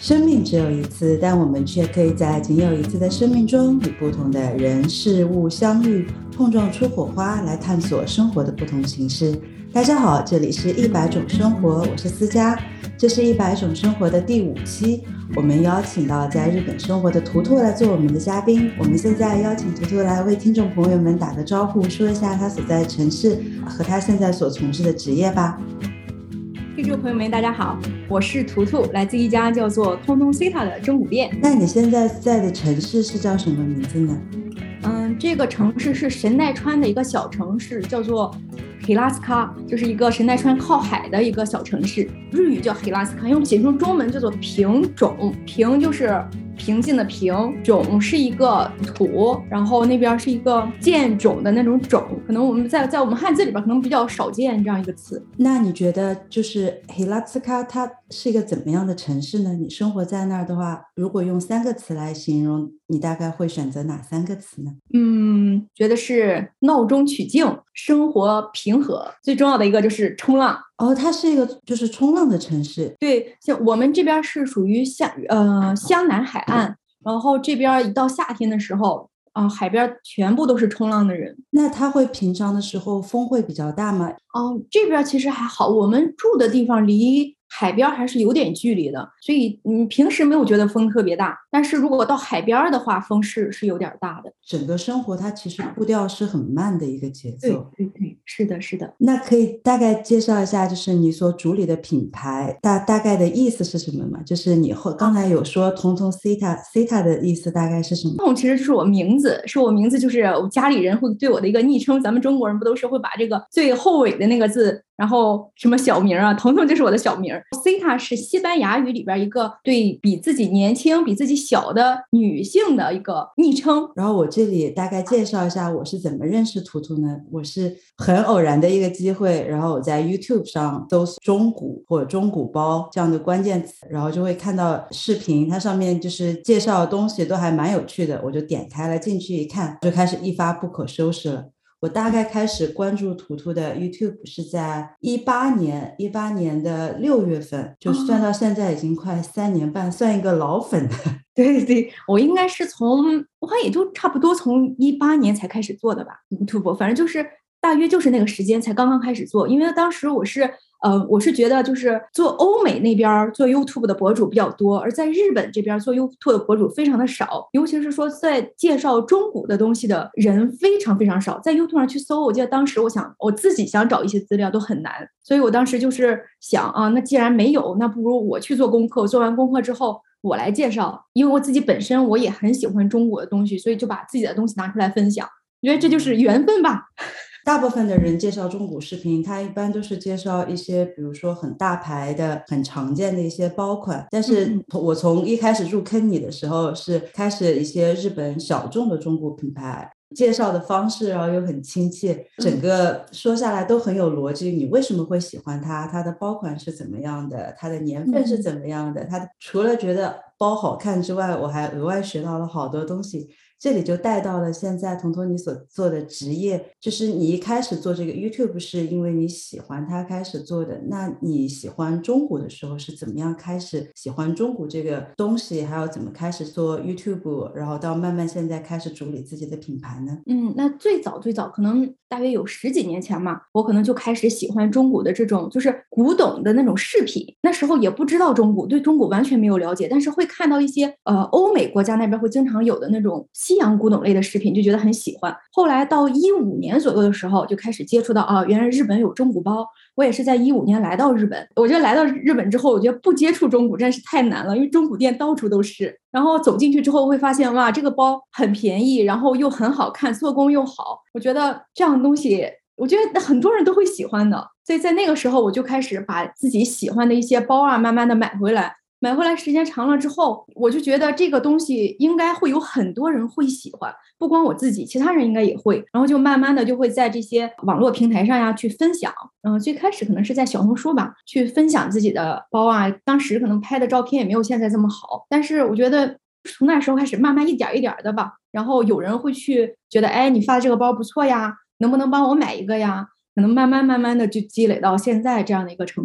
生命只有一次，但我们却可以在仅有一次的生命中，与不同的人事物相遇，碰撞出火花，来探索生活的不同形式。大家好，这里是100种生活，我是思佳，这是100种生活的第5期。我们邀请到在日本生活的图图来做我们的嘉宾。我们现在邀请图图来为听众朋友们打个招呼，说一下他所在的城市和他现在所从事的职业吧。 听众朋友们大家好，我是图图，来自一家叫做通通 Sita 的中古店。 那你现在在的城市是叫什么名字呢？ 这个城市是神奈川的一个小城市，叫做黑拉斯卡，就是一个神奈川靠海的一个小城市。日语叫黑拉斯卡，用写成中文叫做平冢。平就是平静的平，冢是一个土，然后那边是一个见种的那种种，可能我们在我们汉字里边可能比较少见这样一个词。 那你觉得就是黑拉斯卡它是一个怎么样的城市呢？你生活在那儿的话，如果用3个词来形容，你大概会选择哪3个词呢？ 觉得是闹中取静，生活平和，最重要的一个就是冲浪。 它是一个就是冲浪的城市。 对，像我们这边是属于湘南海岸，然后这边一到夏天的时候，海边全部都是冲浪的人。 那它会平常的时候风会比较大吗？ 这边其实还好，我们住的地方离海边还是有点距离的，所以平时没有觉得风特别大，但是如果到海边的话，风是有点大的。 整个生活它其实步调是很慢的一个节奏。 对，是的，是的。 那可以大概介绍一下，就是你所主理的品牌大概的意思是什么吗？就是你刚才有说通通 Sita 的意思大概是什么？ 通通其实就是我名字，就是我家里人会对我的一个昵称。咱们中国人不都是会把这个最后尾的那个字，然后什么小名啊，彤彤就是我的小名。Sita 是西班牙语里边一个对比自己年轻、比自己小的女性的一个昵称。 然后我这里大概介绍一下我是怎么认识图图呢？我是很偶然的一个机会，然后我在 YouTube 上搜索中古或者中古包这样的关键词，然后就会看到视频，它上面就是介绍的东西都还蛮有趣的，我就点开了进去一看，就开始一发不可收拾了。我大概开始关注图图的 YouTube 是在18年的6月份，就算到现在已经快3年半，算一个老粉的。 对，我应该是我看也就差不多从18年才开始做的吧 YouTube， 反正就是大约就是那个时间才刚刚开始做。因为当时我是觉得就是做欧美那边做 YouTube 的博主比较多，而在日本这边做 YouTube 的博主非常的少，尤其是说在介绍中古的东西的人非常非常少。在 YouTube 上去搜，我记得当时我自己想找一些资料都很难，所以我当时就是想那既然没有，那不如我去做功课，做完功课之后我来介绍，因为我自己本身我也很喜欢中国的东西，所以就把自己的东西拿出来分享。我觉得这就是缘分吧。 大部分的人介绍中古视频，他一般都是介绍一些比如说很大牌的很常见的一些包款，但是我从一开始入坑你的时候是开始一些日本小众的中古品牌，介绍的方式然后又很亲切，整个说下来都很有逻辑。你为什么会喜欢它？它的包款是怎么样的？它的年份是怎么样的？它除了觉得包好看之外，我还额外学到了好多东西。这里就带到了现在彤彤你所做的职业，就是你一开始做这个 YouTube 是因为你喜欢它开始做的，那你喜欢中古的时候是怎么样开始喜欢中古这个东西，还有怎么开始做 YouTube， 然后到慢慢现在开始主理自己的品牌呢？ 那最早可能大约有10几年前嘛，我可能就开始喜欢中古的这种就是古董的那种饰品。那时候也不知道中古，对中古完全没有了解，但是会看到一些欧美国家那边会经常有的那种西洋古董类的饰品，就觉得很喜欢。后来到15年左右的时候就开始接触到原来日本有中古包。我也是在15年来到日本，我觉得来到日本之后，我觉得不接触中古真是太难了，因为中古店到处都是。然后走进去之后会发现，哇，这个包很便宜，然后又很好看，做工又好。我觉得这样的东西，我觉得很多人都会喜欢的。所以在那个时候，我就开始把自己喜欢的一些包慢慢的买回来。买回来时间长了之后，我就觉得这个东西应该会有很多人会喜欢，不光我自己，其他人应该也会。然后就慢慢的就会在这些网络平台上去分享。最开始可能是在小红书吧，去分享自己的包当时可能拍的照片也没有现在这么好，但是我觉得从那时候开始慢慢一点一点的吧，然后有人会去觉得，哎，你发的这个包不错呀，能不能帮我买一个呀？可能慢慢的就积累到现在这样的一个程度了。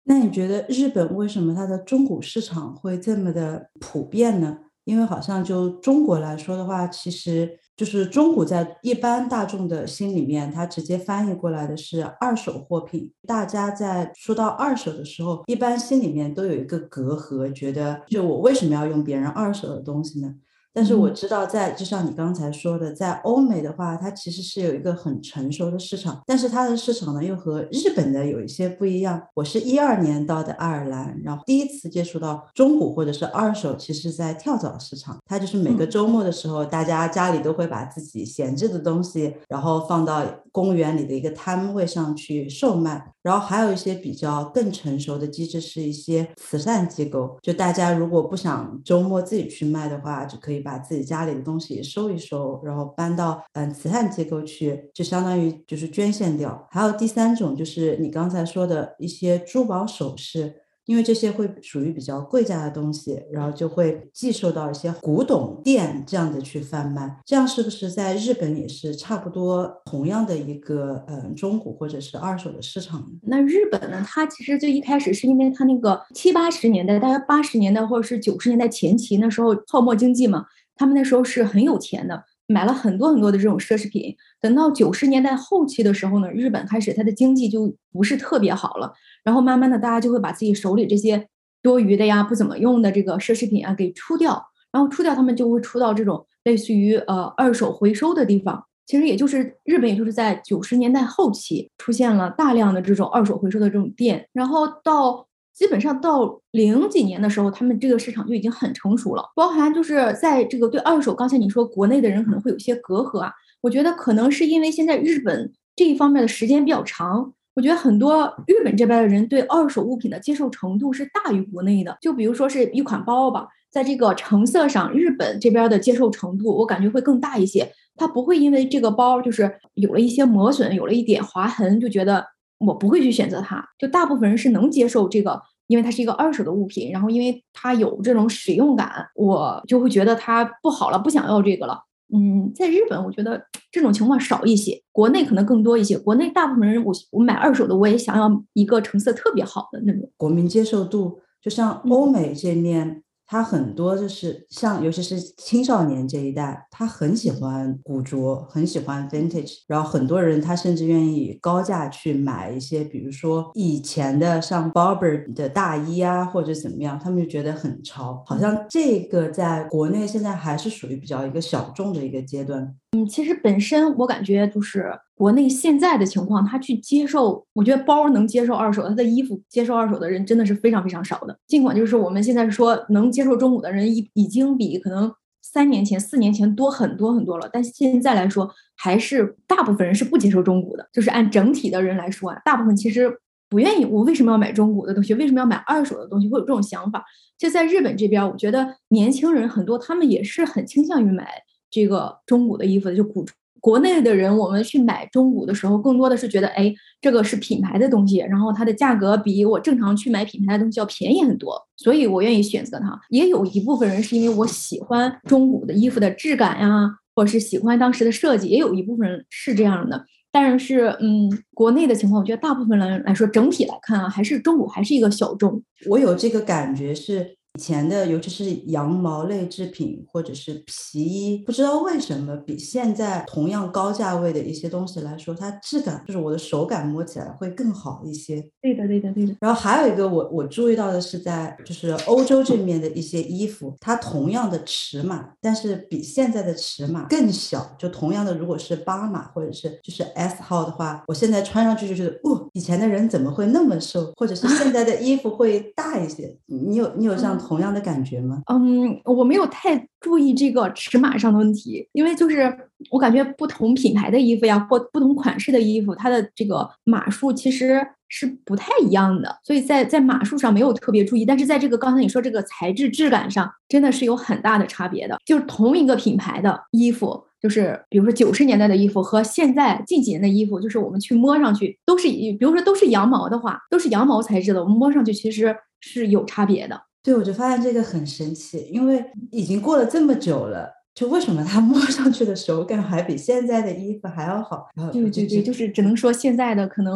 那你觉得日本为什么它的中古市场会这么的普遍呢？因为好像就中国来说的话，其实就是中古在一般大众的心里面，它直接翻译过来的是二手货品。大家在说到二手的时候，一般心里面都有一个隔阂，觉得就我为什么要用别人二手的东西呢？但是我知道在，就像你刚才说的，在欧美的话，它其实是有一个很成熟的市场，但是它的市场呢又和日本的有一些不一样。我是12年到的爱尔兰，然后第一次接触到中古或者是二手，其实在跳蚤市场，它就是每个周末的时候，大家家里都会把自己闲置的东西，然后放到公园里的一个摊位上去售卖。然后还有一些比较更成熟的机制是一些慈善机构，就大家如果不想周末自己去卖的话，就可以把自己家里的东西收一收，然后搬到慈善机构去，就相当于就是捐献掉。还有第三种就是你刚才说的一些珠宝首饰，因为这些会属于比较贵价的东西，然后就会寄售到一些古董店这样子去贩卖。这样是不是在日本也是差不多同样的一个中古或者是二手的市场呢？ 那日本呢，它其实就一开始是因为它那个70、80年代，大概80年代或者是90年代前期，那时候泡沫经济嘛，他们那时候是很有钱的，买了很多很多的这种奢侈品。等到90年代后期的时候呢，日本开始它的经济就不是特别好了，然后慢慢的大家就会把自己手里这些多余的呀、不怎么用的这个奢侈品啊给出掉，然后出掉他们就会出到这种类似于二手回收的地方。其实也就是日本，也就是在90年代后期出现了大量的这种二手回收的这种店，然后到基本上到零几年的时候，他们这个市场就已经很成熟了，包含就是在这个对二手，刚才你说国内的人可能会有些隔阂啊，我觉得可能是因为现在日本这一方面的时间比较长。我觉得很多日本这边的人对二手物品的接受程度是大于国内的，就比如说是一款包吧，在这个成色上，日本这边的接受程度我感觉会更大一些。他不会因为这个包就是有了一些磨损，有了一点划痕，就觉得我不会去选择它。就大部分人是能接受这个，因为它是一个二手的物品，然后因为它有这种使用感，我就会觉得它不好了，不想要这个了。在日本我觉得这种情况少一些，国内可能更多一些。国内大部分人我买二手的，我也想要一个成色特别好的那种。 国民接受度，就像欧美这面，他很多就是像，尤其是青少年这一代，他很喜欢古着，很喜欢 vintage，然后很多人他甚至愿意高价去买一些，比如说以前的像 Barber 的大衣啊，或者怎么样，他们就觉得很潮。好像这个在国内现在还是属于比较一个小众的一个阶段。 其实本身我感觉就是国内现在的情况，他去接受，我觉得包能接受二手，他的衣服接受二手的人真的是非常非常少的。尽管就是我们现在说能接受中古的人已经比可能3年前、4年前多很多很多了，但现在来说，还是大部分人是不接受中古的。就是按整体的人来说啊，大部分其实不愿意。我为什么要买中古的东西？为什么要买二手的东西？会有这种想法。就在日本这边，我觉得年轻人很多，他们也是很倾向于买这个中古的衣服的，就国内的人，我们去买中古的时候，更多的是觉得，哎，这个是品牌的东西，然后它的价格比我正常去买品牌的东西要便宜很多，所以我愿意选择它。也有一部分人是因为我喜欢中古的衣服的质感呀，或者是喜欢当时的设计，也有一部分人是这样的。但是，国内的情况，我觉得大部分人来说，整体来看啊，还是中古还是一个小众。 我有这个感觉是以前的，尤其是羊毛类制品或者是皮衣，不知道为什么比现在同样高价位的一些东西来说，它质感就是我的手感摸起来会更好一些。 对的，对的，对的。 然后还有一个我注意到的是在就是欧洲这面的一些衣服，它同样的尺码，但是比现在的尺码更小。就同样的，如果是8码或者是就是 S 号的话，我现在穿上去就觉得，以前的人怎么会那么瘦？或者是现在的衣服会大一些。你有这样同样的感觉吗？ 我没有太注意这个尺码上的问题，因为就是我感觉不同品牌的衣服呀，或不同款式的衣服，它的这个码数其实是不太一样的，所以在码数上没有特别注意，但是在这个刚才你说这个材质质感上，真的是有很大的差别的。就是同一个品牌的衣服，就是比如说90年代的衣服和现在近几年的衣服，就是我们去摸上去都是，比如说都是羊毛的话，都是羊毛材质的，我们摸上去其实是有差别的。 对，我就发现这个很神奇，因为已经过了这么久了，就为什么它摸上去的手感还比现在的衣服还要好？然后对对对，就是只能说现在的可能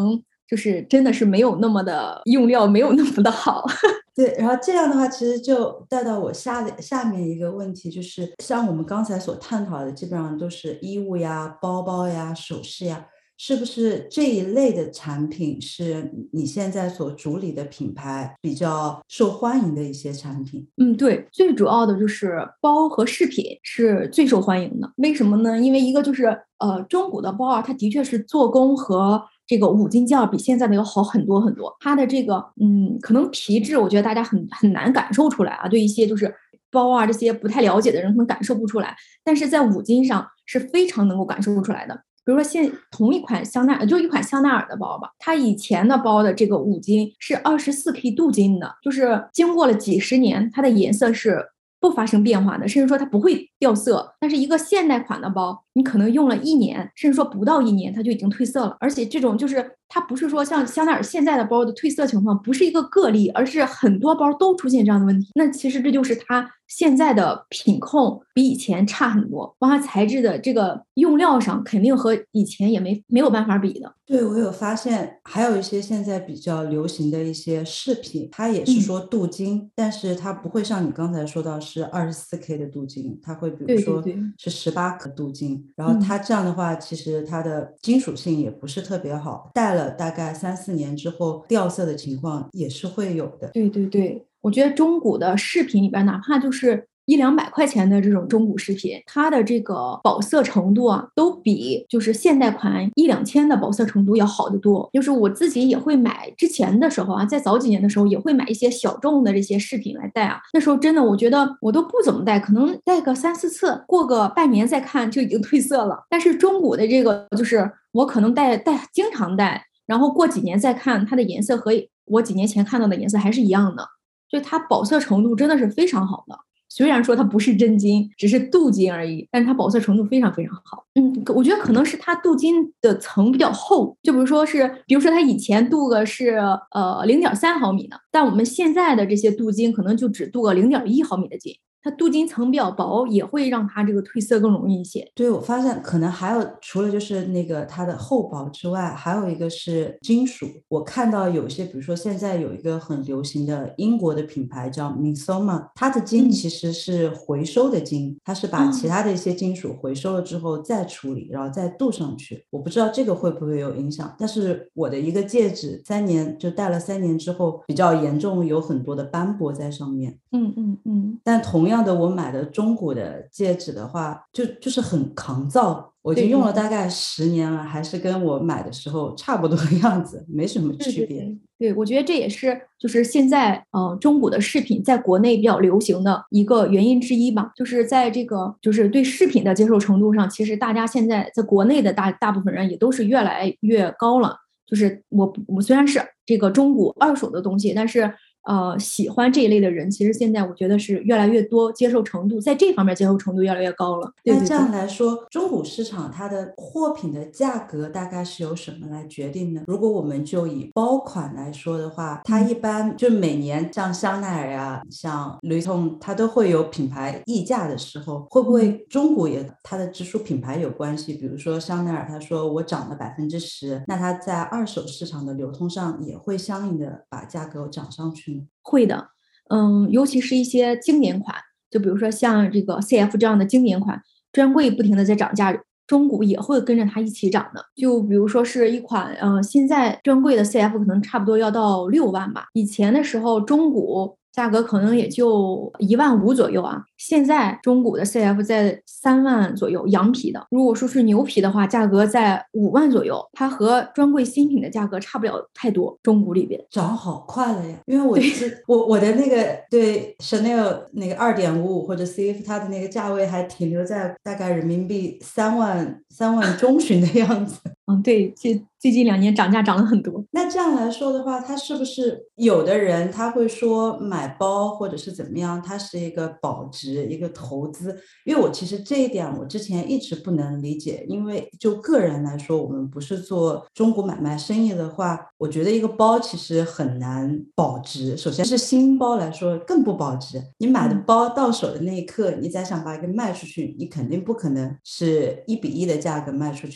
就是真的是没有那么的用料，没有那么的好。 对，然后这样的话，其实就带到我下面一个问题，就是像我们刚才所探讨的，基本上都是衣物呀、包包呀、首饰呀，是不是这一类的产品是你现在所主理的品牌比较受欢迎的一些产品？ 对，最主要的就是包和饰品是最受欢迎的。为什么呢？因为一个就是中古的包啊，它的确是做工和这个五金件比现在的要好很多很多。它的这个可能皮质，我觉得大家很难感受出来啊。对一些就是包啊这些不太了解的人，可能感受不出来，但是在五金上是非常能够感受出来的。比如说同一款就一款香奈儿的包吧，它以前的包的这个五金是24K 镀金的，就是经过了几十年，它的颜色是不发生变化的，甚至说它不会掉色。但是一个现代款的包，你可能用了1年，甚至说不到1年，它就已经褪色了。而且这种就是它不是说像香奈儿现在的包的褪色情况不是一个个例，而是很多包都出现这样的问题。那其实这就是它现在的品控比以前差很多，包括材质的这个用料上肯定和以前也没有办法比的。 对，我有发现，还有一些现在比较流行的一些饰品，它也是说镀金，但是它不会像你刚才说到是24K 的镀金，它会比如说对对对， 是18克镀金，然后它这样的话，其实它的金属性也不是特别好，戴了大概3、4年之后掉色的情况也是会有的。 对对对，我觉得中古的饰品里边，哪怕就是100-200块钱的这种中古饰品，它的这个保色程度啊，都比就是现代款1-2千的保色程度要好得多。就是我自己也会买，之前的时候啊，在早几年的时候也会买一些小众的这些饰品来戴啊。那时候真的，我觉得我都不怎么戴，可能戴个3-4次，过个半年再看就已经褪色了。但是中古的这个，就是我可能经常戴。然后过几年再看它的颜色和我几年前看到的颜色还是一样的，所以它保色程度真的是非常好的。虽然说它不是真金，只是镀金而已，但是它保色程度非常非常好。我觉得可能是它镀金的层比较厚，就比如说它以前镀个是0.3毫米的，但我们现在的这些镀金可能就只镀个0.1毫米的金。它镀金层比较薄，也会让它这个褪色更容易一些。 对，我发现可能还有除了就是那个它的厚薄之外，还有一个是金属。我看到有些，比如说现在有一个很流行的英国的品牌叫 Missoma，它的金其实是回收的金，它是把其他的一些金属回收了之后再处理，然后再镀上去。我不知道这个会不会有影响，但是我的一个戒指戴了3年之后比较严重，有很多的斑驳在上面。但同样的，我买的中古的戒指的话，就是很抗造。我已经用了大概10年了，还是跟我买的时候差不多的样子，没什么区别。 对，我觉得这也是就是现在中古的饰品在国内比较流行的一个原因之一吧。就是在这个就是对饰品的接受程度上，其实大家现在在国内的大部分人也都是越来越高了。就是我虽然是这个中古二手的东西，但是喜欢这一类的人，其实现在我觉得是越来越多，接受程度在这方面接受程度越来越高了。 那这样来说，中古市场它的货品的价格大概是由什么来决定呢？如果我们就以包款来说的话，它一般就每年像香奈儿呀、像 Louis Vuitton，它都会有品牌溢价的时候，会不会中古也它的直属品牌有关系？比如说香奈儿，他说我涨了10%，那它在二手市场的流通上也会相应的把价格涨上去吗？ 会的，尤其是一些经典款，就比如说像这个 CF 这样的经典款，专柜不停的在涨价，中古也会跟着它一起涨的。就比如说是一款，现在专柜的 CF 可能差不多要到6万吧，以前的时候中古价格可能也就1.5万左右啊。现在中古的 CF 在3万左右，羊皮的。如果说是牛皮的话，价格在5万左右，它和专柜新品的价格差不了太多。中古里边涨好快了呀！因为我的那个对 Chanel 那个2.55或者 CF 它的那个价位还停留在大概人民币3万中旬的样子。 对，最近2年涨价涨了很多。 那这样来说的话，它是不是有的人他会说买包或者是怎么样，它是一个保值一个投资？因为我其实这一点我之前一直不能理解，因为就个人来说，我们不是做中古买卖生意的话，我觉得一个包其实很难保值。首先是新包来说更不保值，你买的包到手的那一刻，你再想把它给卖出去，你肯定不可能是1:1的价格卖出去。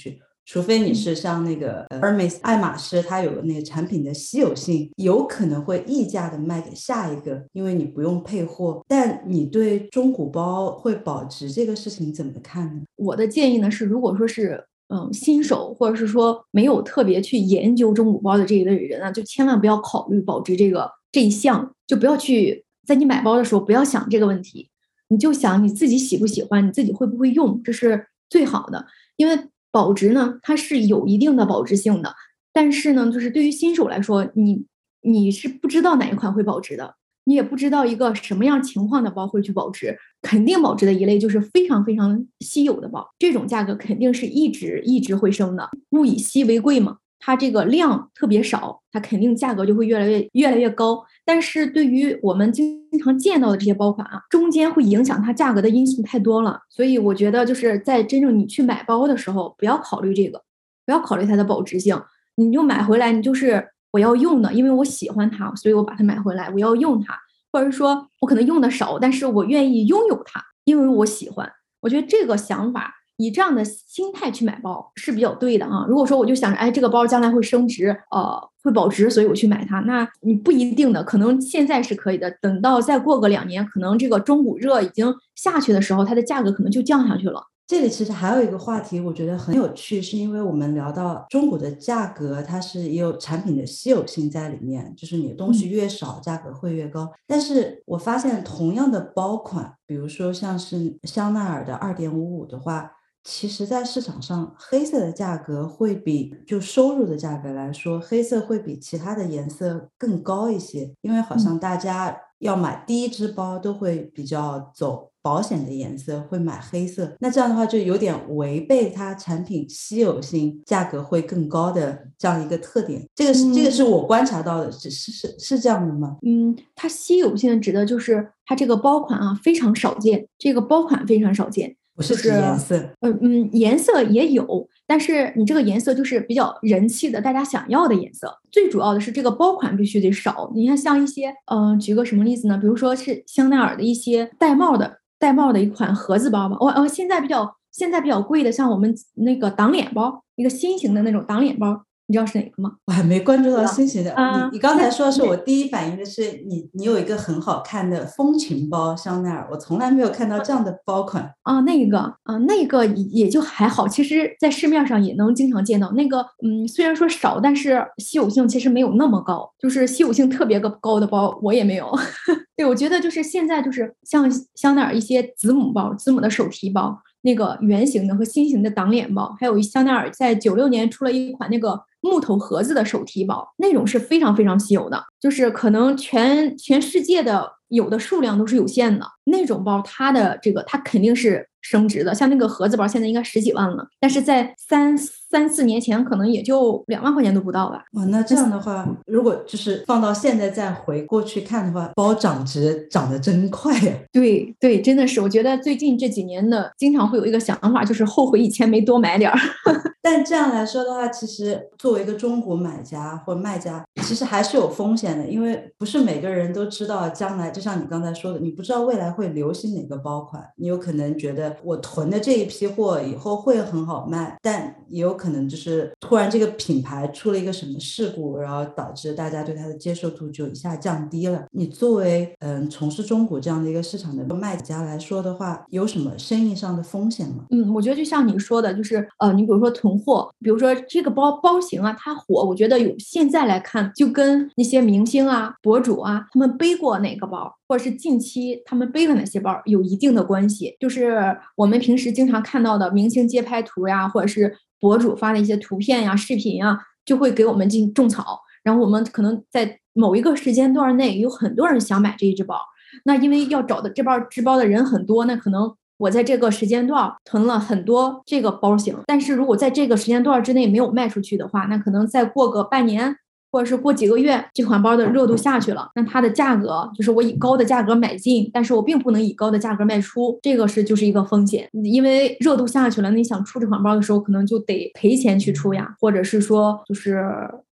除非你是像那个Hermes 爱马仕，它有那个产品的稀有性，有可能会溢价的卖给下一个，因为你不用配货。但你对中古包会保值这个事情怎么看呢？ 我的建议呢是，如果说是新手，或者是说没有特别去研究中古包的这一类人啊，就千万不要考虑保值这一项，就不要去在你买包的时候不要想这个问题，你就想你自己喜不喜欢，你自己会不会用，这是最好的。因为保值呢，它是有一定的保值性的，但是呢，就是对于新手来说，你是不知道哪一款会保值的，你也不知道一个什么样情况的包会去保值。肯定保值的一类就是非常非常稀有的包，这种价格肯定是一直会升的，物以稀为贵嘛。它这个量特别少，它肯定价格就会越来越高。但是对于我们经常见到的这些包款啊，中间会影响它价格的因素太多了，所以我觉得就是在真正你去买包的时候，不要考虑这个，不要考虑它的保值性，你就买回来，你就是我要用的，因为我喜欢它，所以我把它买回来，我要用它，或者说我可能用的少，但是我愿意拥有它，因为我喜欢。我觉得这个想法，以这样的心态去买包是比较对的啊。如果说我就想着，哎，这个包将来会升值，会保值，所以我去买它，那你不一定的，可能现在是可以的，等到再过个2年，可能这个中古热已经下去的时候，它的价格可能就降下去了。 这里其实还有一个话题，我觉得很有趣，是因为我们聊到中古的价格，它是也有产品的稀有性在里面，就是你的东西越少，价格会越高。但是我发现同样的包款，比如说像是香奈儿的2.55的话，其实在市场上黑色的价格会比就收入的价格来说，黑色会比其他的颜色更高一些，因为好像大家要买第一支包都会比较走保险的颜色，会买黑色，那这样的话就有点违背它产品稀有性价格会更高的这样一个特点。这个是我观察到的，是这样的吗？ 它稀有性指的就是它这个包款啊非常少见，这个包款非常少见， 不是指颜色， 颜色也有，但是你这个颜色就是比较人气的，大家想要的颜色。最主要的是这个包款必须得少。你看，像一些，举个什么例子呢？比如说是香奈儿的一些戴帽的一款盒子包吧。现在比较贵的，像我们那个挡脸包，一个新型的那种挡脸包，你知道是哪个吗？ 我还没关注到新型的。你刚才说的是那我第一反应的是你有一个很好看的风情包香奈儿，我从来没有看到这样的包款那个也就还好，其实在市面上也能经常见到。那个虽然说少，但是稀有性其实没有那么高，就是稀有性特别高的包我也没有。对，我觉得就是现在就是像香奈儿一些子母包、子母的手提包，那个圆形的和心形的挡脸包，还有香奈儿在96年出了一款那个木头盒子的手提包，那种是非常非常稀有的，就是可能全世界的有的数量都是有限的。那种包它肯定是升值的，像那个盒子包现在应该十几万了，但是在3、4年前可能也就2万块钱都不到吧。 哇，那这样的话，如果就是放到现在再回过去看的话，包涨值涨得真快呀！ 对对，真的是，我觉得最近这几年的经常会有一个想法，就是后悔以前没多买点儿。 但这样来说的话，其实作为一个中国买家或卖家，其实还是有风险的，因为不是每个人都知道将来，就像你刚才说的，你不知道未来会流行哪个包款，你有可能觉得我囤的这一批货以后会很好卖，但也有可能就是突然这个品牌出了一个什么事故，然后导致大家对它的接受度就一下降低了。你作为从事中古这样的一个市场的卖家来说的话，有什么生意上的风险吗？ 我觉得就像你说的，就是你比如说囤货，比如说这个包型啊，它火，我觉得现在来看，就跟那些明星啊、博主啊，他们背过哪个包，或者是近期他们背了哪些包，有一定的关系。就是我们平时经常看到的明星街拍图呀，或者是博主发的一些图片呀、视频呀，就会给我们进种草，然后我们可能在某一个时间段内有很多人想买这一只包。那因为要找的这包的人很多，那可能我在这个时间段囤了很多这个包型，但是如果在这个时间段之内没有卖出去的话，那可能再过个半年或者是过几个月，这款包的热度下去了，那它的价格就是我以高的价格买进，但是我并不能以高的价格卖出，这个就是一个风险。因为热度下去了，你想出这款包的时候，可能就得赔钱去出呀，或者是说就是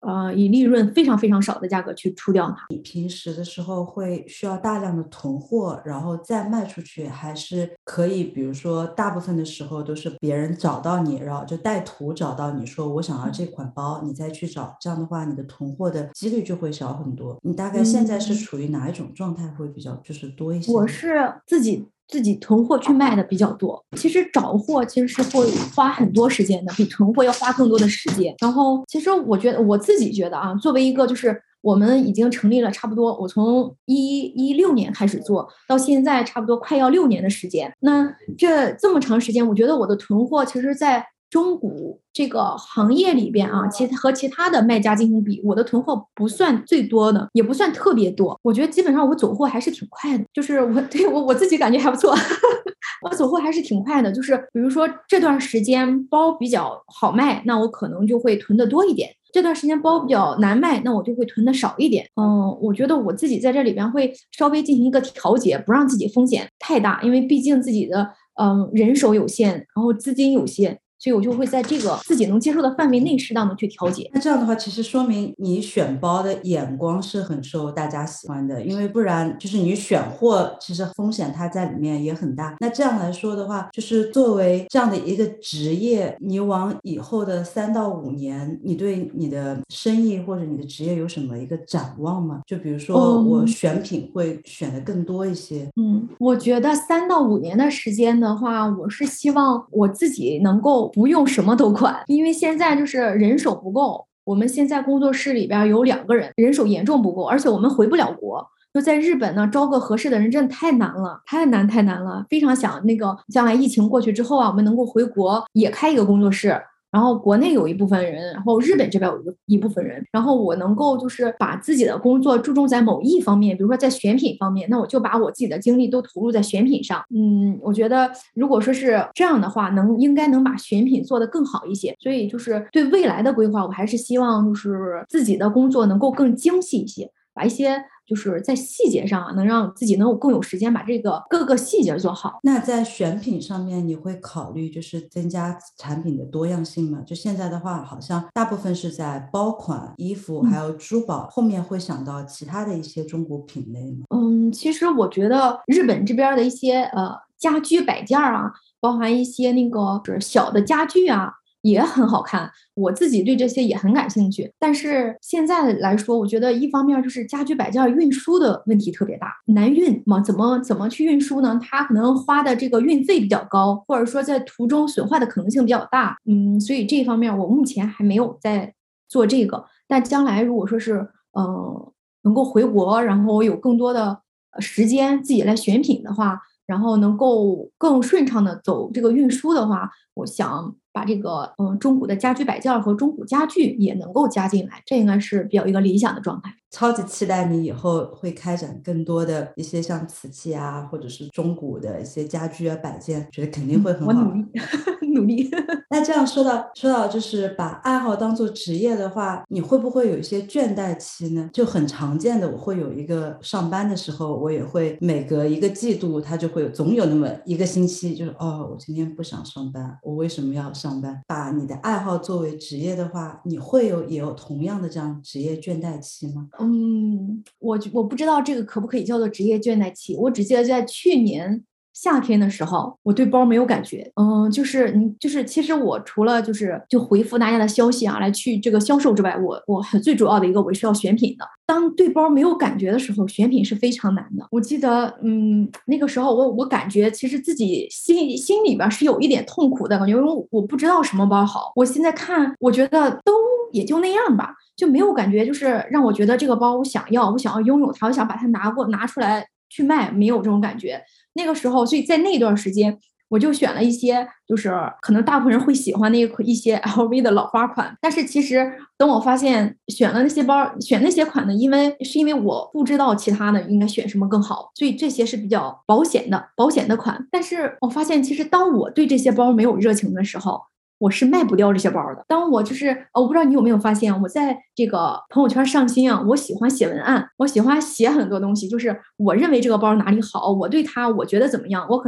以利润非常非常少的价格去出掉它。 你平时的时候会需要大量的囤货，然后再卖出去，还是可以比如说大部分的时候都是别人找到你，然后就带图找到你说我想要这款包，你再去找，这样的话你的囤货的几率就会小很多。你大概现在是处于哪一种状态会比较就是多一些呢？ 我是自己囤货去卖的比较多。其实找货其实是会花很多时间的，比囤货要花更多的时间。然后其实我自己觉得啊，作为一个就是我们已经成立了差不多，我从16年开始做到现在，差不多快要6年的时间。那这么长时间，我觉得我的囤货其实在中古这个行业里边啊，和其他的卖家进行比，我的囤货不算最多的，也不算特别多。我觉得基本上我走货还是挺快的，就是我自己感觉还不错。我走货还是挺快的，就是比如说这段时间包比较好卖，那我可能就会囤的多一点；这段时间包比较难卖，那我就会囤的少一点。我觉得我自己在这里边会稍微进行一个调节，不让自己风险太大，因为毕竟自己的人手有限，然后资金有限。所以我就会在这个自己能接受的范围内适当的去调节。 那这样的话，其实说明你选包的眼光是很受大家喜欢的，因为不然就是你选货，其实风险它在里面也很大。那这样来说的话，就是作为这样的一个职业，你往以后的3到5年，你对你的生意或者你的职业有什么一个展望吗？就比如说我选品会选的更多一些。 我觉得3到5年的时间的话，我是希望我自己能够不用什么都管，因为现在就是人手不够。我们现在工作室里边有2个人，人手严重不够，而且我们回不了国。就在日本呢，招个合适的人真的太难了，太难了。非常想那个将来疫情过去之后啊，我们能够回国也开一个工作室。然后国内有一部分人，然后日本这边有一部分人，然后我能够就是把自己的工作注重在某一方面，比如说在选品方面，那我就把我自己的精力都投入在选品上。我觉得如果说是这样的话，应该能把选品做得更好一些。所以就是对未来的规划，我还是希望就是自己的工作能够更精细一些，把一些就是在细节上啊，能让自己能够更有时间把这个各个细节做好。 那在选品上面，你会考虑就是增加产品的多样性吗？就现在的话，好像大部分是在包款、衣服还有珠宝，后面会想到其他的一些中国品类吗？ 其实我觉得日本这边的一些家居摆件啊，包含一些那个就是小的家具啊，也很好看。我自己对这些也很感兴趣。但是现在来说，我觉得一方面就是家居摆件运输的问题特别大，难运嘛，怎么去运输呢？它可能花的这个运费比较高，或者说在途中损坏的可能性比较大。所以这一方面我目前还没有在做这个。但将来如果说是能够回国，然后有更多的时间自己来选品的话，然后能够更顺畅的走这个运输的话，我想把这个中古的家居摆件和中古家具也能够加进来，这应该是比较一个理想的状态。 超级期待你以后会开展更多的一些像瓷器啊，或者是中古的一些家居啊摆件，觉得肯定会很好。 我努力努力。 那这样说到就是把爱好当做职业的话，你会不会有一些倦怠期呢？就很常见的，我会有一个上班的时候，我也会每隔1个季度，它就会总有那么1个星期，就是我今天不想上班，我为什么要上班？把你的爱好作为职业的话，你会也有同样的这样职业倦怠期吗？ 我不知道这个可不可以叫做职业倦怠期。我只记得在去年夏天的时候，我对包没有感觉。其实我除了就回复大家的消息啊，来去这个销售之外，我最主要的一个我是要选品的。当对包没有感觉的时候，选品是非常难的。我记得那个时候我感觉其实自己心里边是有一点痛苦的感觉，因为我不知道什么包好。我现在看，我觉得都也就那样吧，就没有感觉就是让我觉得这个包我想要拥有它，我想把它拿出来去卖，没有这种感觉。那个时候，所以在那段时间，我就选了一些，就是可能大部分人会喜欢的一些 LV 的老花款。但是其实等我发现选了那些包，选那些款呢，因为我不知道其他的应该选什么更好，所以这些是比较保险的款。但是我发现，其实当我对这些包没有热情的时候，我是卖不掉这些包的。当我我不知道你有没有发现，我在这个朋友圈上新啊，我喜欢写文案，我喜欢写很多东西，就是我认为这个包哪里好，我对它我觉得怎么样，我可能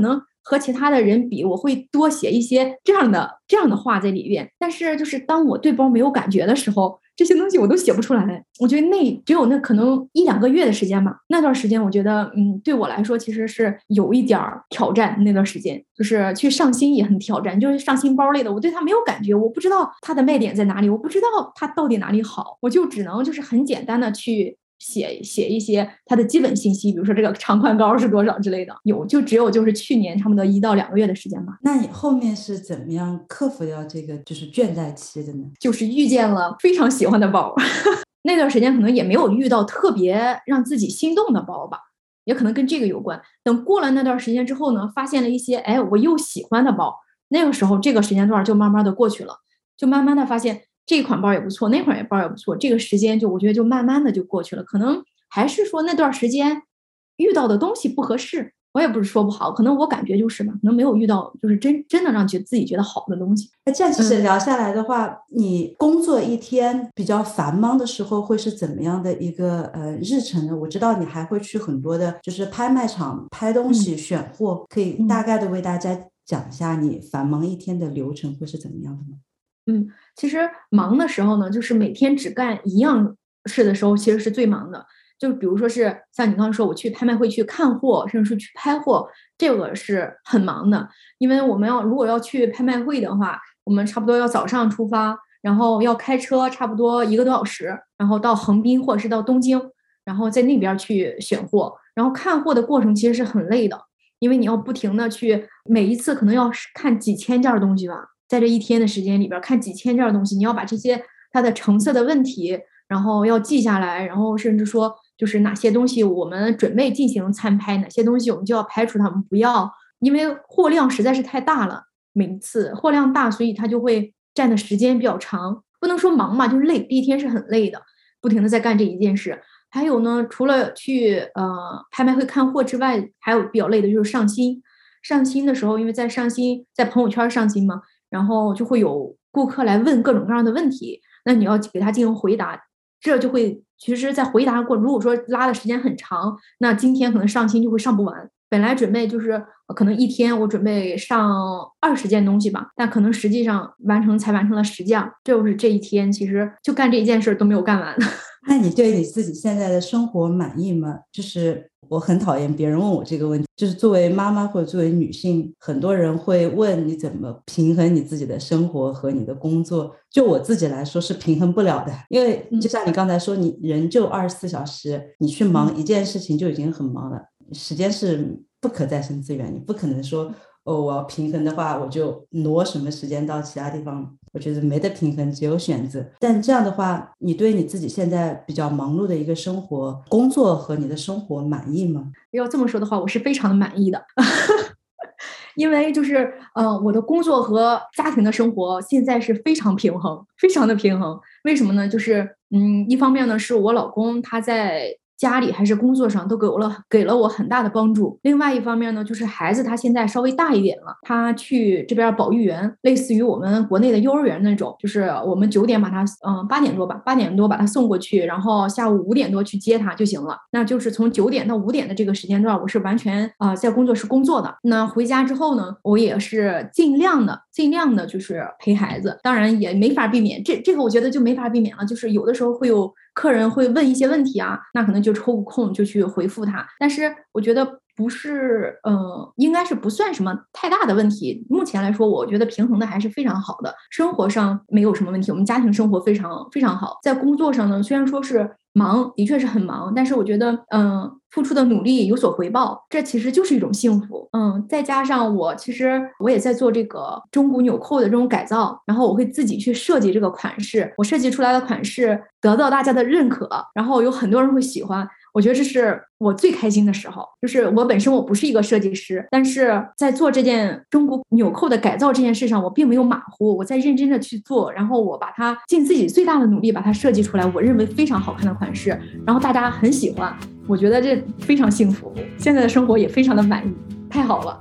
和其他的人比，我会多写一些这样的话在里边。但是就是当我对包没有感觉的时候，这些东西我都写不出来。我觉得只有可能1-2个月的时间吧，那段时间我觉得对我来说其实是有一点挑战。那段时间就是去上新也很挑战，就是上新包类的，我对它没有感觉，我不知道它的卖点在哪里，我不知道它到底哪里好，我就只能就是很简单的去写一些它的基本信息，比如说这个长宽高是多少之类的。只有就是去年差不多1到2个月的时间吧。 那你后面是怎么样克服掉这个就是倦怠期的呢？ 就是遇见了非常喜欢的包那段时间可能也没有遇到特别让自己心动的包吧，也可能跟这个有关。等过了那段时间之后呢，发现了一些我又喜欢的包，那个时候这个时间段就慢慢的过去了，就慢慢的发现这款包也不错，那款包也不错，这个时间我觉得就慢慢的就过去了。可能还是说那段时间遇到的东西不合适，我也不是说不好，可能我感觉就是吧，可能没有遇到就是真的让自己觉得好的东西。 那这样其实聊下来的话，你工作一天比较繁忙的时候会是怎么样的一个日程呢？我知道你还会去很多的就是拍卖场拍东西选货，可以大概的为大家讲一下你繁忙一天的流程会是怎么样的吗？ 其实忙的时候呢，就是每天只干一样事的时候，其实是最忙的。就比如说是像你刚刚说，我去拍卖会去看货，甚至是去拍货，这个是很忙的。因为我们如果要去拍卖会的话，我们差不多要早上出发，然后要开车差不多1个多小时，然后到横滨或者是到东京，然后在那边去选货。然后看货的过程其实是很累的，因为你要不停的去，每一次可能要看几千件东西吧。在这一天的时间里边看几千件东西，你要把这些它的成色的问题，然后要记下来，然后甚至说就是哪些东西我们准备进行参拍，哪些东西我们就要排除它们不要，因为货量实在是太大了，每一次货量大，所以它就会占的时间比较长，不能说忙嘛，就是累，第一天是很累的，不停的在干这一件事。还有呢，除了去拍卖会看货之外，还有比较累的就是上新。上新的时候，因为在朋友圈上新嘛，然后就会有顾客来问各种各样的问题，那你要给他进行回答，这就会其实在回答过，如果说拉的时间很长，那今天可能上新就会上不完。本来准备就是可能一天我准备上20件东西吧，但可能实际上才完成了10件，就是这一天其实就干这一件事都没有干完。 那你对你自己现在的生活满意吗？就是我很讨厌别人问我这个问题，就是作为妈妈或者作为女性，很多人会问你怎么平衡你自己的生活和你的工作。就我自己来说是平衡不了的，因为就像你刚才说，你人就24小时，你去忙一件事情就已经很忙了，时间是不可再生资源，你不可能说我要平衡的话，我就挪什么时间到其他地方，我觉得没得平衡，只有选择。但这样的话，你对你自己现在比较忙碌的一个生活、工作和你的生活满意吗？ 要这么说的话，我是非常的满意的。因为就是我的工作和家庭的生活现在是非常平衡，非常的平衡。为什么呢？就是一方面呢是我老公他在家里还是工作上都给了我很大的帮助。另外一方面呢，就是孩子他现在稍微大一点了，他去这边保育园，类似于我们国内的幼儿园那种，就是我们9点把他8点多把他送过去，然后下午5点多去接他就行了。那就是从9点到5点的这个时间段，我是完全在工作室工作的。那回家之后呢，我也是尽量的就是陪孩子，当然也没法避免，这个我觉得就没法避免了，就是有的时候会有客人会问一些问题啊，那可能就抽个空就去回复他。但是我觉得不是，应该是不算什么太大的问题。目前来说，我觉得平衡的还是非常好的，生活上没有什么问题，我们家庭生活非常非常好。在工作上呢，虽然说是忙，的确是很忙，但是我觉得，付出的努力有所回报，这其实就是一种幸福。再加上其实我也在做这个中古纽扣的这种改造，然后我会自己去设计这个款式，我设计出来的款式得到大家的认可，然后有很多人会喜欢。我觉得这是我最开心的时候，就是我本身我不是一个设计师，但是在做这件中古纽扣的改造这件事上，我并没有马虎，我在认真的去做，然后我把它尽自己最大的努力把它设计出来，我认为非常好看的款式，然后大家很喜欢，我觉得这非常幸福，现在的生活也非常的满意，太好了。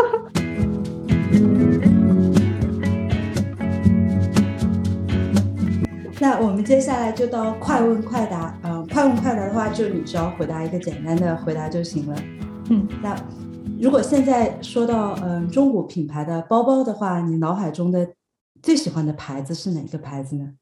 那我们接下来就到快问快答。快问快答的话，就你只要回答一个简单的回答就行了。那如果现在说到中古品牌的包包的话，你脑海中的最喜欢的牌子是哪个牌子呢？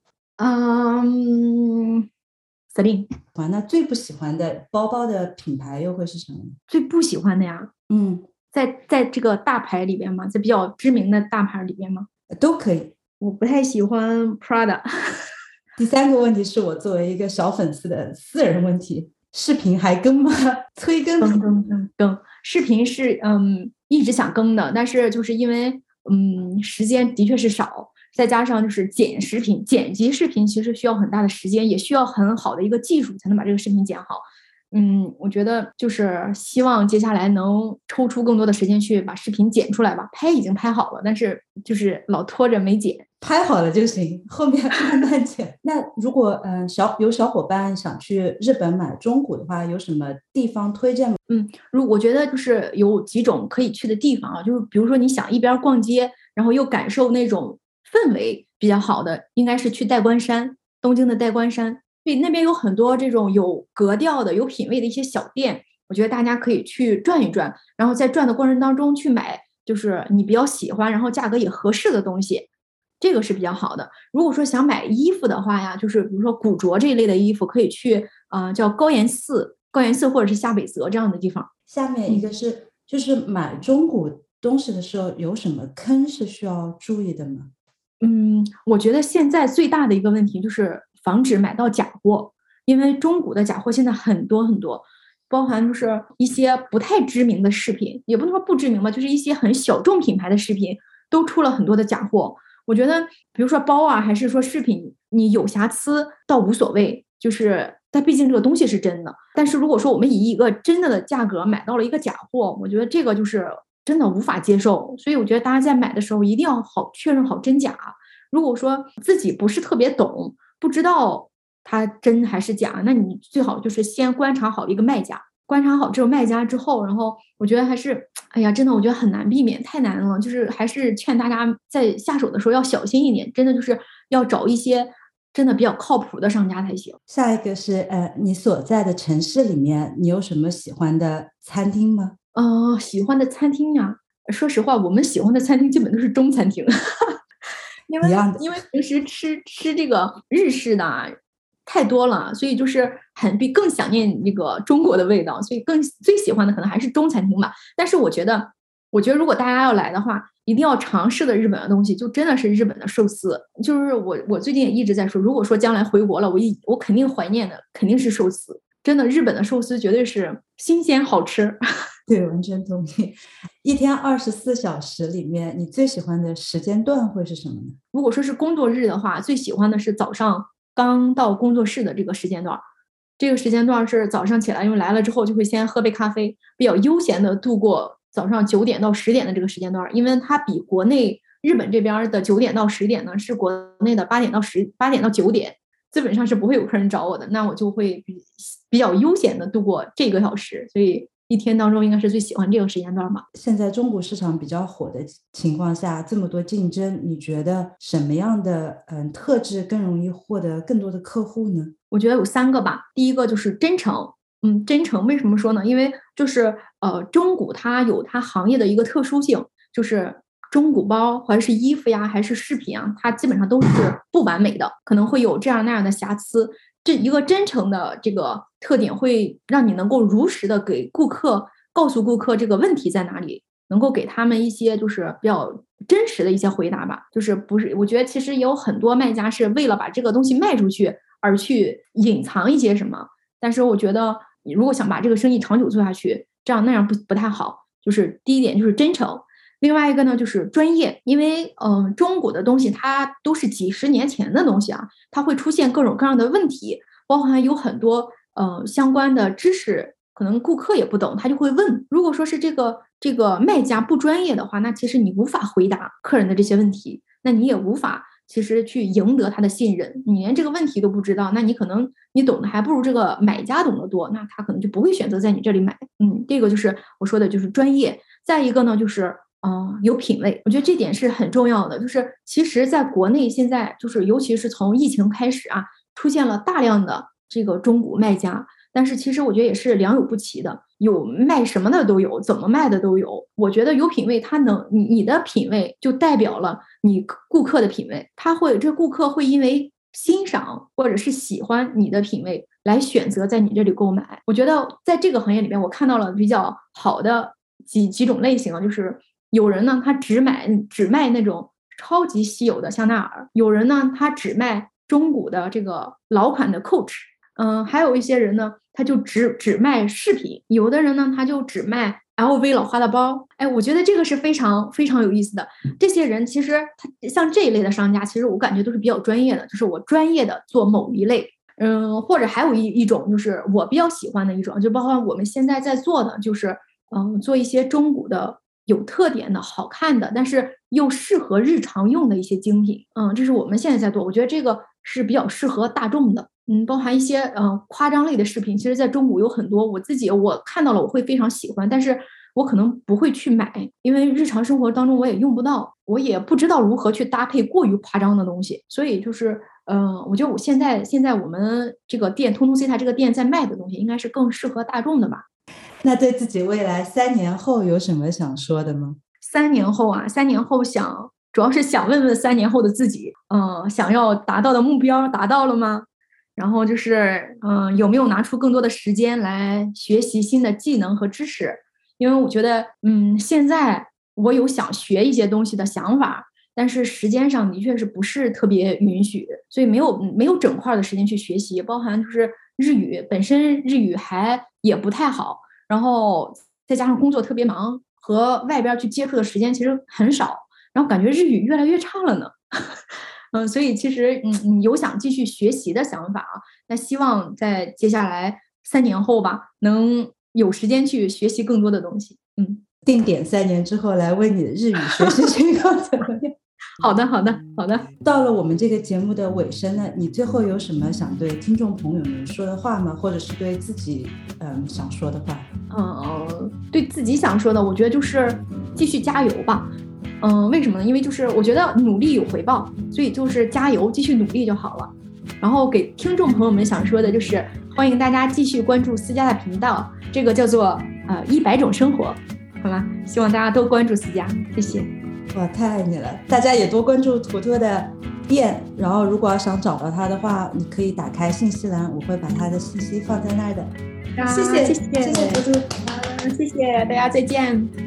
嗯，Celine。 那最不喜欢的包包的品牌又会是什么呢？ 最不喜欢的呀， 嗯， 在这个大牌里边吗？在比较知名的大牌里边吗？ 都可以。 我不太喜欢 Prada。 第三个问题是我作为一个小粉丝的私人问题，视频还更吗？催更？ 更视频是一直想更的，但是就是因为时间的确是少，再加上就是剪辑视频其实需要很大的时间，也需要很好的一个技术才能把这个视频剪好。我觉得就是希望接下来能抽出更多的时间去把视频剪出来吧。拍已经拍好了，但是就是老拖着没剪。 拍好了就行，后面慢慢剪。那如果有小伙伴想去日本买中古的话，有什么地方推荐吗？ 我觉得就是有几种可以去的地方啊，就是比如说你想一边逛街，然后又感受那种氛围比较好的，应该是去代官山，东京的代官山。对，那边有很多这种有格调的、有品位的一些小店，我觉得大家可以去转一转，然后在转的过程当中去买，就是你比较喜欢，然后价格也合适的东西，这个是比较好的。如果说想买衣服的话呀，就是比如说古着这一类的衣服，可以去叫高原寺或者是下北泽这样的地方。 下面一个是，就是买中古东西的时候有什么坑是需要注意的吗？ 我觉得现在最大的一个问题就是防止买到假货，因为中古的假货现在很多很多，包含就是一些不太知名的饰品，也不能说不知名吧，就是一些很小众品牌的饰品都出了很多的假货。我觉得，比如说包啊，还是说饰品，你有瑕疵倒无所谓，就是它毕竟这个东西是真的。但是如果说我们以一个真的价格买到了一个假货，我觉得这个就是真的无法接受。所以我觉得大家在买的时候一定要好确认好真假。如果说自己不是特别懂，不知道它真还是假，那你最好就是先观察好一个卖家，观察好这种卖家之后，然后我觉得还是，哎呀，真的我觉得很难避免，太难了。就是还是劝大家在下手的时候要小心一点，真的就是要找一些真的比较靠谱的商家才行。 下一个是你所在的城市里面，你有什么喜欢的餐厅吗？ 喜欢的餐厅呀，说实话，我们喜欢的餐厅基本都是中餐厅。因为一样的。 因为平时吃这个日式的太多了，所以就是更想念那个中国的味道，所以最喜欢的可能还是中餐厅吧。但是我觉得如果大家要来的话，一定要尝试的日本的东西，就真的是日本的寿司。就是我最近也一直在说，如果说将来回国了，我肯定怀念的肯定是寿司。真的，日本的寿司绝对是新鲜好吃。 对，完全同意。一天24小时里面，你最喜欢的时间段会是什么呢？ 如果说是工作日的话，最喜欢的是早上刚到工作室的这个时间段。这个时间段是早上起来，因为来了之后就会先喝杯咖啡，比较悠闲的度过早上9点到10点的这个时间段，因为它比国内日本这边的9点到10点呢，是国内的8点到9点，基本上是不会有客人找我的，那我就会比较悠闲的度过这个小时，所以一天当中应该是最喜欢这个时间段吧。 现在中国市场比较火的情况下，这么多竞争，你觉得什么样的特质更容易获得更多的客户呢？ 我觉得有3个吧。第一个就是真诚。真诚为什么说呢？因为就是中古它有它行业的一个特殊性，就是中古包还是衣服呀，还是饰品啊，它基本上都是不完美的，可能会有这样那样的瑕疵。这一个真诚的这个特点，会让你能够如实的告诉顾客这个问题在哪里，能够给他们一些就是比较真实的一些回答吧。就是不是，我觉得其实也有很多卖家是为了把这个东西卖出去而去隐藏一些什么，但是我觉得你如果想把这个生意长久做下去，这样那样不太好。就是第一点就是真诚，另外一个呢就是专业，因为中古的东西它都是几十年前的东西啊，它会出现各种各样的问题，包含有很多相关的知识，可能顾客也不懂，他就会问。如果说是这个卖家不专业的话，那其实你无法回答客人的这些问题，那你也无法其实去赢得他的信任。你连这个问题都不知道，那你可能你懂得还不如这个买家懂得多，那他可能就不会选择在你这里买。这个就是我说的就是专业。再一个呢，就是有品位，我觉得这点是很重要的。就是其实在国内现在就是尤其是从疫情开始啊，出现了大量的这个中古卖家， 但是其实我觉得也是良莠不齐的，有卖什么的都有，怎么卖的都有。我觉得有品味，它能你的品味就代表了你顾客的品味，这顾客会因为欣赏或者是喜欢你的品味来选择在你这里购买。我觉得在这个行业里面，我看到了比较好的几种类型啊，就是有人呢他只卖那种超级稀有的香奈儿，有人呢他只卖中古的这个老款的 Coach，还有一些人呢他就只卖饰品，有的人呢他就只卖 LV 老花的包。哎，我觉得这个是非常非常有意思的。这些人其实他像这一类的商家，其实我感觉都是比较专业的，就是我专业的做某一类。或者还有一种就是我比较喜欢的一种，就包括我们现在在做的，就是做一些中古的有特点的好看的，但是又适合日常用的一些精品。这是我们现在在做，我觉得这个是比较适合大众的。包含一些夸张类的饰品，其实在中古有很多，我看到了我会非常喜欢，但是我可能不会去买，因为日常生活当中我也用不到，我也不知道如何去搭配过于夸张的东西。所以就是我觉得我现在我们这个店通通 C 台这个店在卖的东西应该是更适合大众的吧。 那对自己未来3年后有什么想说的吗 ？3年后啊，3年后主要是想问问3年后的自己，想要达到的目标达到了吗？然后就是有没有拿出更多的时间来学习新的技能和知识？因为我觉得现在我有想学一些东西的想法，但是时间上的确是不是特别允许，所以没有整块的时间去学习，包含就是日语本身日语也不太好，然后再加上工作特别忙，和外边去接触的时间其实很少，然后感觉日语越来越差了呢。所以其实有想继续学习的想法啊，那希望在接下来3年后吧，能有时间去学习更多的东西。 定点3年之后来问你的日语学习情况怎么样？ 好的。 到了我们这个节目的尾声呢，你最后有什么想对听众朋友们说的话吗？或者是对自己想说的话？ 对自己想说的，我觉得就是继续加油吧。为什么呢？因为就是我觉得努力有回报，所以就是加油，继续努力就好了。然后给听众朋友们想说的就是，欢迎大家继续关注思佳的频道，这个叫做100种生活，好吗？希望大家都关注思佳，谢谢。 哇，太爱你了！大家也多关注图图的店，然后如果要想找到他的话，你可以打开信息栏，我会把他的信息放在那儿的。 谢谢图图，谢谢大家，再见。